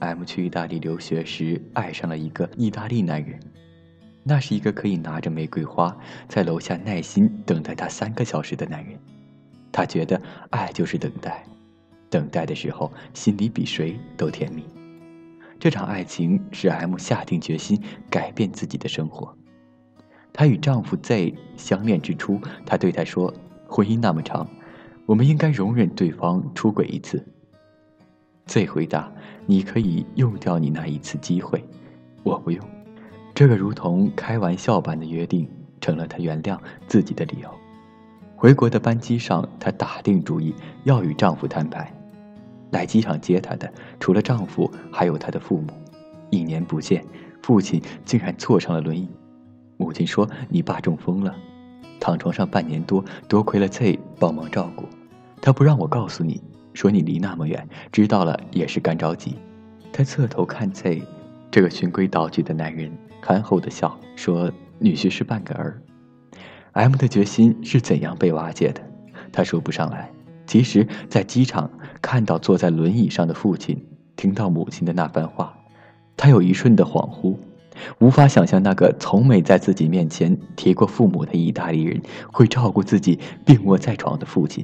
，M 去意大利留学时爱上了一个意大利男人。那是一个可以拿着玫瑰花在楼下耐心等待他3个小时的男人。他觉得爱就是等待，等待的时候心里比谁都甜蜜。这场爱情使 M 下定决心改变自己的生活。她与丈夫 Z 相恋之初，她对他说，婚姻那么长，我们应该容忍对方出轨一次。Z 回答，你可以用掉你那一次机会，我不用。这个如同开玩笑般的约定成了她原谅自己的理由。回国的班机上，她打定主意要与丈夫摊牌。来机场接她的除了丈夫还有她的父母。1年不见，父亲竟然坐上了轮椅。母亲说，你爸中风了，躺床上半年多，多亏了 Z 帮忙照顾。他不让我告诉你，说你离那么远，知道了也是干着急。他侧头看 Z， 这个循规蹈矩的男人憨厚地笑，说女婿是半个儿。 M 的决心是怎样被瓦解的，他说不上来。其实在机场看到坐在轮椅上的父亲，听到母亲的那番话，他有一瞬的恍惚，无法想象那个从没在自己面前提过父母的意大利人会照顾自己病卧在床的父亲。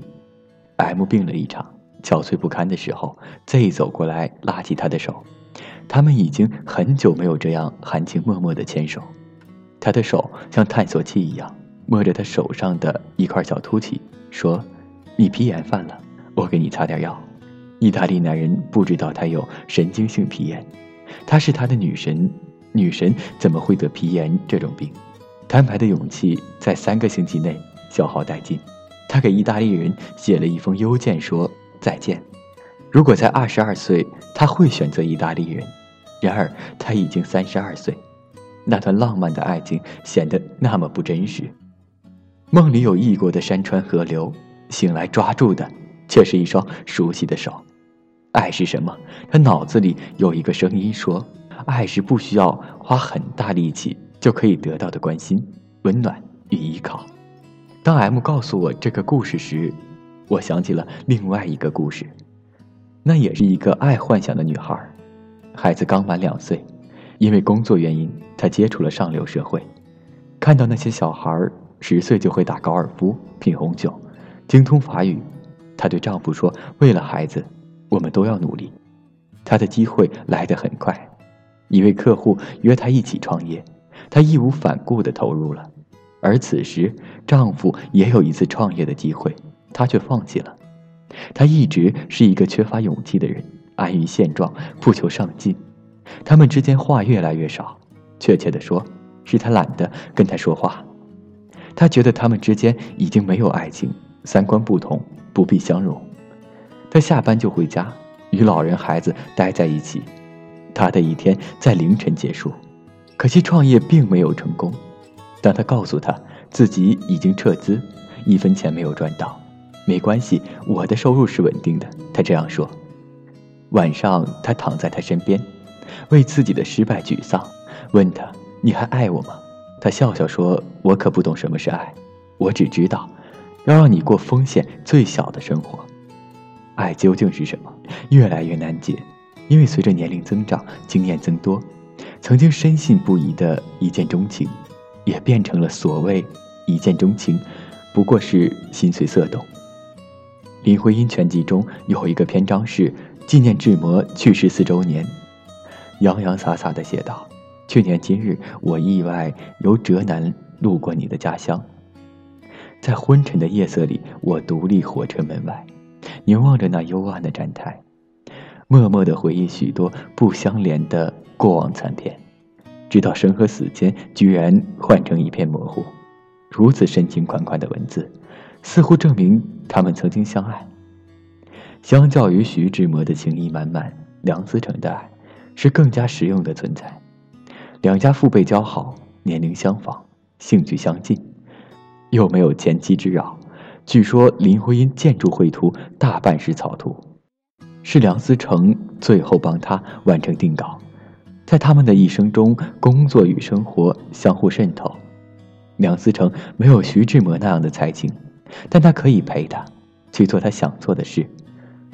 M 病了一场，憔悴不堪的时候， Z 走过来拉起他的手，他们已经很久没有这样含情脉脉的牵手。他的手像探索器一样摸着他手上的一块小凸起，说，你皮炎犯了，我给你擦点药。意大利男人不知道他有神经性皮炎，她是他的女神，女神怎么会得皮炎这种病？摊牌的勇气在3个星期内消耗殆尽。他给意大利人写了一封邮件，说再见。如果在22岁，他会选择意大利人，然而他已经32岁，那段浪漫的爱情显得那么不真实。梦里有异国的山川河流，醒来抓住的却是一双熟悉的手。爱是什么？他脑子里有一个声音说，爱是不需要花很大力气就可以得到的关心、温暖与依靠。当 M 告诉我这个故事时，我想起了另外一个故事。那也是一个爱幻想的女孩，孩子刚满2岁，因为工作原因，她接触了上流社会。看到那些小孩10岁就会打高尔夫、品红酒，精通法语，她对丈夫说，为了孩子，我们都要努力。她的机会来得很快，一位客户约她一起创业，她义无反顾地投入了。而此时丈夫也有一次创业的机会，她却放弃了。她一直是一个缺乏勇气的人，安于现状，不求上进。他们之间话越来越少，确切地说，是她懒得跟他说话。她觉得他们之间已经没有爱情，三观不同，不必相容。她下班就回家，与老人孩子待在一起。她的一天在凌晨结束，可惜创业并没有成功。当她告诉他自己已经撤资，1分钱没有赚到，没关系，我的收入是稳定的，她这样说。晚上她躺在他身边，为自己的失败沮丧，问他，你还爱我吗？他笑笑说，我可不懂什么是爱，我只知道要让你过风险最小的生活。爱究竟是什么？越来越难解，因为随着年龄增长，经验增多，曾经深信不疑的一见钟情，也变成了所谓一见钟情，不过是心碎色动。林徽因全集中有一个篇章是纪念志摩去世4周年，洋洋洒洒地写道，去年今日，我意外由浙南路过你的家乡，在昏沉的夜色里，我独立火车门外，凝望着那幽暗的站台，默默地回忆许多不相连的过往残片，直到生和死间居然换成一片模糊。如此深情款款的文字，似乎证明他们曾经相爱。相较于徐志摩的情意满满，梁思成的爱是更加实用的存在。两家父辈交好，年龄相仿，兴趣相近，又没有前妻之扰。据说林徽因建筑绘图大半是草图，是梁思成最后帮他完成定稿。在他们的一生中，工作与生活相互渗透。梁思成没有徐志摩那样的才情，但他可以陪他去做他想做的事。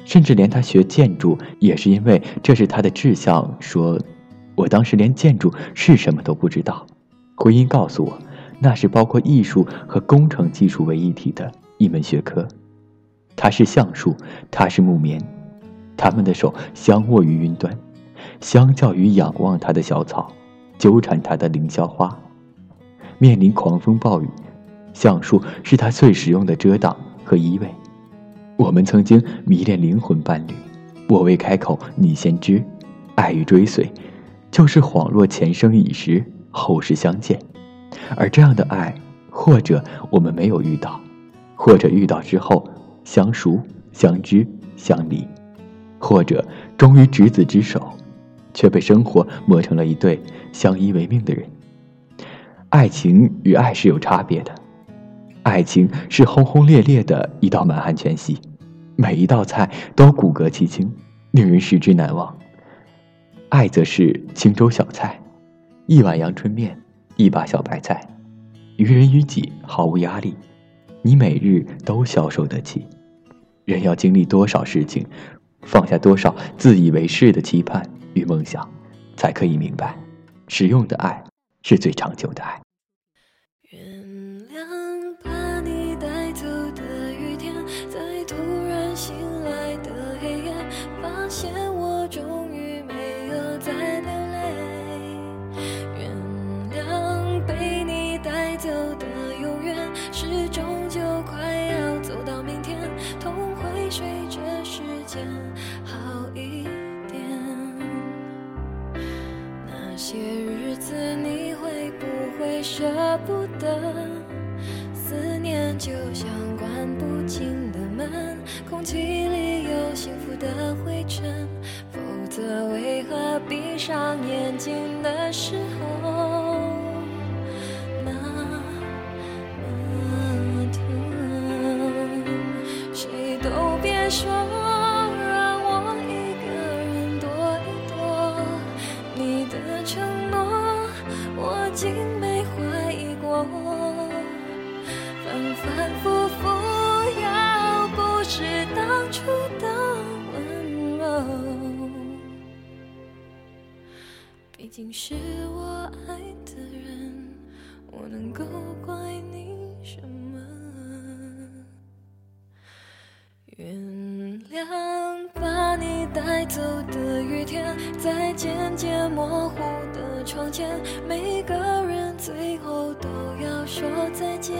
甚至连他学建筑也是因为这是他的志向。说我当时连建筑是什么都不知道，回音告诉我，那是包括艺术和工程技术为一体的一门学科。他是橡树，他是木棉，他们的手相握于云端，相较于仰望他的小草，纠缠他的凌霄花。面临狂风暴雨，橡树是他最实用的遮挡和依偎。我们曾经迷恋灵魂伴侣，我未开口你先知，爱与追随就是恍若前生已识，后世相见。而这样的爱，或者我们没有遇到，或者遇到之后相熟相知相离，或者终于执子之手，却被生活磨成了一对相依为命的人。爱情与爱是有差别的，爱情是轰轰烈烈的一道满汉全席，每一道菜都骨骼奇清，令人食之难忘。爱则是清粥小菜，一碗阳春面，一把小白菜，于人于己毫无压力，你每日都消受得起。人要经历多少事情，放下多少自以为是的期盼与梦想，才可以明白，实用的爱是最长久的爱。 原谅把你带走的雨天，在突然醒来的黑夜，发现我终于没有再流泪。原谅被你带走的永远，是终究快要走到明天，痛会随着时间好一点。那些日子你会不会舍不得？思念就像关不紧的门，空气里有幸福的灰尘，否则为何闭上眼睛的时候那么疼？谁都别说让我一个人躲一躲，你的承诺我竟没怀疑过，反反复复，要不是当初的温柔，毕竟是我爱的人，我能够怪你什么？原谅把你带走的雨天，在渐渐模糊的窗前，每个人最后都要说再见。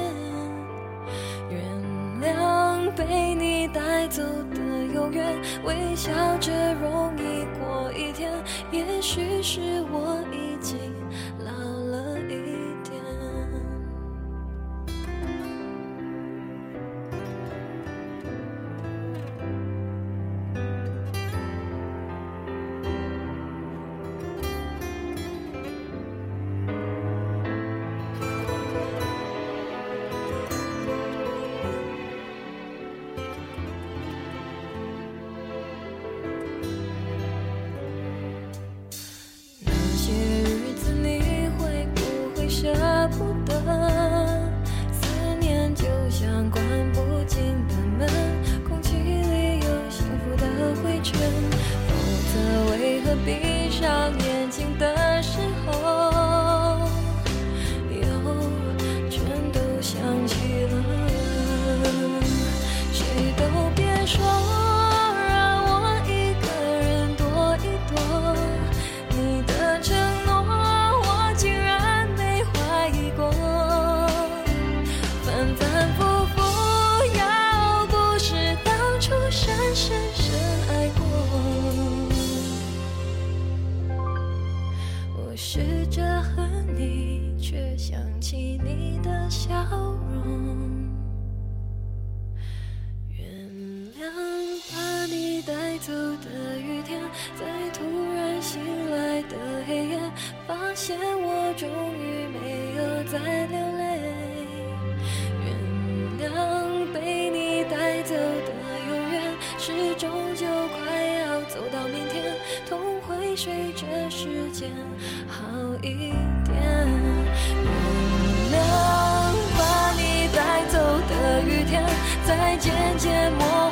原谅被你带走的永远，微笑着容易过一天，也许是我已经老了一点。舍不得，思念就像关不紧的门，空气里有幸福的灰尘，否则为何闭上眼睛的时候又全都想起了？谁都别说让我一个人躲一躲，你的承诺我竟然反反复复，要不是当初深深深爱过，我试着恨你，却想起你的笑容。原谅把你带走的雨天，在突然醒来的黑夜，发现我终于没有再流泪。原谅被你带走的永远，是终究快要走到明天，痛会随着时间好一点。原谅把你带走的雨天，在渐渐模